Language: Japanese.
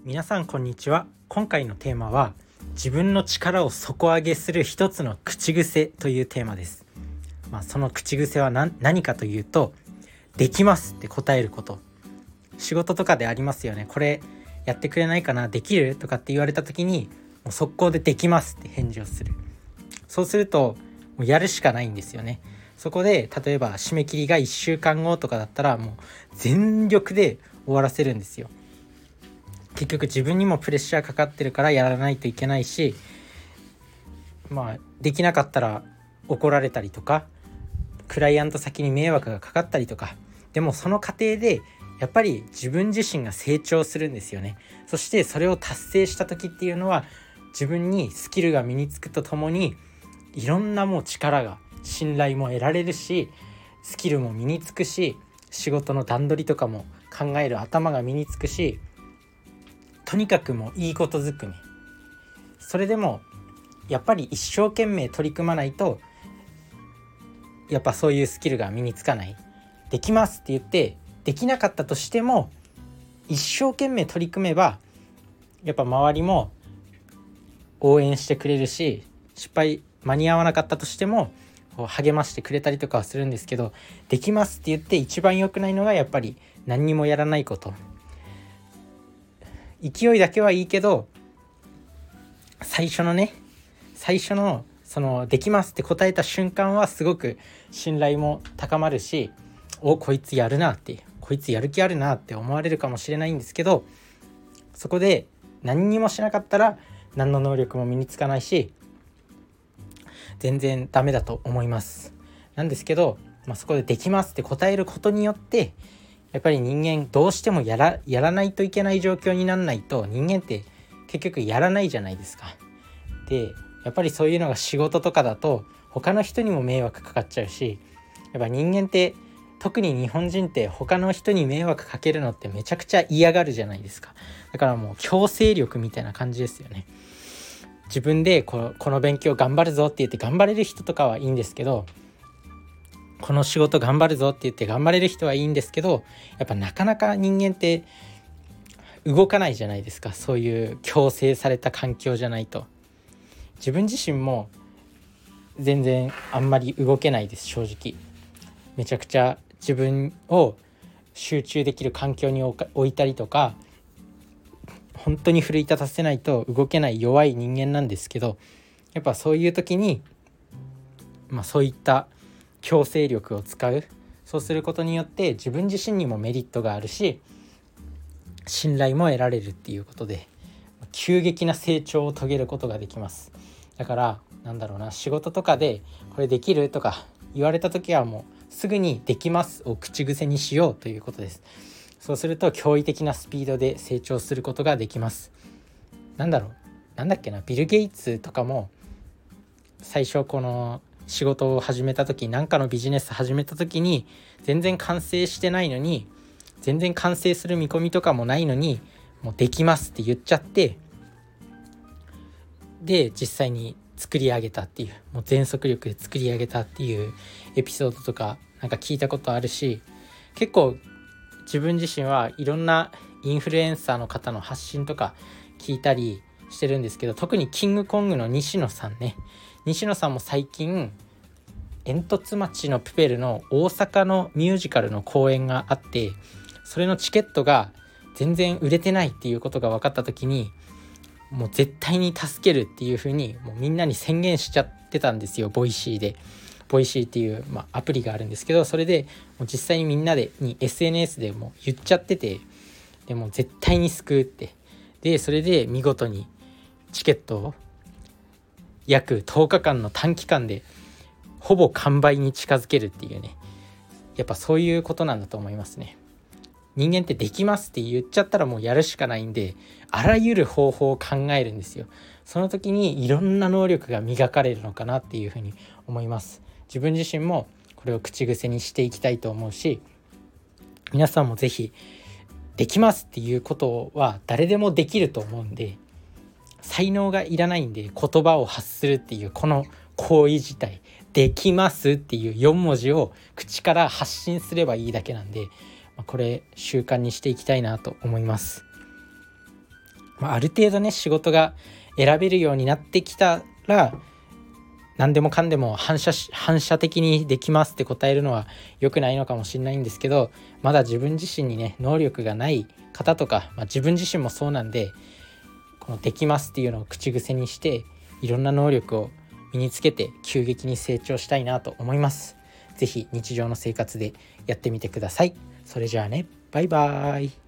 皆さんこんにちは。今回のテーマは自分の力を底上げする一つの口癖というテーマです。その口癖は何かというと、できますって答えること。仕事とかでありますよね。これやってくれないかな、できるとかって言われた時にもう速攻でできますって返事をする。そうするともうやるしかないんですよね。そこで例えば締め切りが1週間後とかだったらもう全力で終わらせるんですよ。結局自分にもプレッシャーかかってるからやらないといけないし、できなかったら怒られたりとか、クライアント先に迷惑がかかったりとか、でもその過程でやっぱり自分自身が成長するんですよね。そしてそれを達成した時っていうのは自分にスキルが身につくとともに、いろんなもう力が、信頼も得られるし、スキルも身につくし、仕事の段取りとかも考える頭が身につくし、とにかくもういいことずくめ。それでもやっぱり一生懸命取り組まないと、やっぱそういうスキルが身につかない。できますって言ってできなかったとしても一生懸命取り組めば、やっぱ周りも応援してくれるし、失敗間に合わなかったとしても励ましてくれたりとかはするんですけど、できますって言って一番良くないのがやっぱり何にもやらないこと。勢いだけはいいけど、最初のそのできますって答えた瞬間はすごく信頼も高まるし、こいつやるなって、こいつやる気あるなって思われるかもしれないんですけど、そこで何にもしなかったら何の能力も身につかないし、全然ダメだと思います。なんですけど、そこでできますって答えることによって、やっぱり人間どうしてもやらないといけない状況にならないと、人間って結局やらないじゃないですか。でやっぱりそういうのが仕事とかだと他の人にも迷惑かかっちゃうし、やっぱ人間って特に日本人って他の人に迷惑かけるのってめちゃくちゃ嫌がるじゃないですか。だからもう強制力みたいな感じですよね。自分でこの勉強頑張るぞって言って頑張れる人とかはいいんですけど、この仕事頑張るぞって言って頑張れる人はいいんですけど、やっぱなかなか人間って動かないじゃないですか。そういう強制された環境じゃないと。自分自身も全然あんまり動けないです。正直めちゃくちゃ自分を集中できる環境に置いたりとか、本当に奮い立たせないと動けない弱い人間なんですけど、やっぱそういう時にそういった強制力を使う。そうすることによって自分自身にもメリットがあるし、信頼も得られるっていうことで、急激な成長を遂げることができます。だから仕事とかでこれできるとか言われた時はもうすぐにできますを口癖にしようということです。そうすると驚異的なスピードで成長することができます。ビル・ゲイツとかも最初この仕事を始めた時、何かのビジネス始めた時に全然完成してないのに、全然完成する見込みとかもないのに、もうできますって言っちゃって、で実際に作り上げたっていう、もう全速力で作り上げたっていうエピソードとか聞いたことあるし、結構自分自身はいろんなインフルエンサーの方の発信とか聞いたりしてるんですけど、特にキングコングの西野さんも最近煙突町のプペルの大阪のミュージカルの公演があって、それのチケットが全然売れてないっていうことが分かった時に、もう絶対に助けるっていう風にもうみんなに宣言しちゃってたんですよ。ボイシーっていう、アプリがあるんですけど、それでもう実際にみんなに SNS でも言っちゃってて、でも絶対に救うって、でそれで見事にチケットを約10日間の短期間でほぼ完売に近づけるっていうね、やっぱそういうことなんだと思いますね。人間ってできますって言っちゃったらもうやるしかないんで、あらゆる方法を考えるんですよ。その時にいろんな能力が磨かれるのかなっていうふうに思います。自分自身もこれを口癖にしていきたいと思うし、皆さんもぜひできますっていうことは誰でもできると思うんで、才能がいらないんで、言葉を発するっていうこの行為自体、できますっていう4文字を口から発信すればいいだけなんで、これ習慣にしていきたいなと思います。 ある程度ね仕事が選べるようになってきたら、何でもかんでも反射的にできますって答えるのは良くないのかもしれないんですけど、まだ自分自身にね能力がない方とか、自分自身もそうなんで、このできますっていうのを口癖にしていろんな能力を身につけて急激に成長したいなと思います。ぜひ日常の生活でやってみてください。それじゃあね、バイバーイ。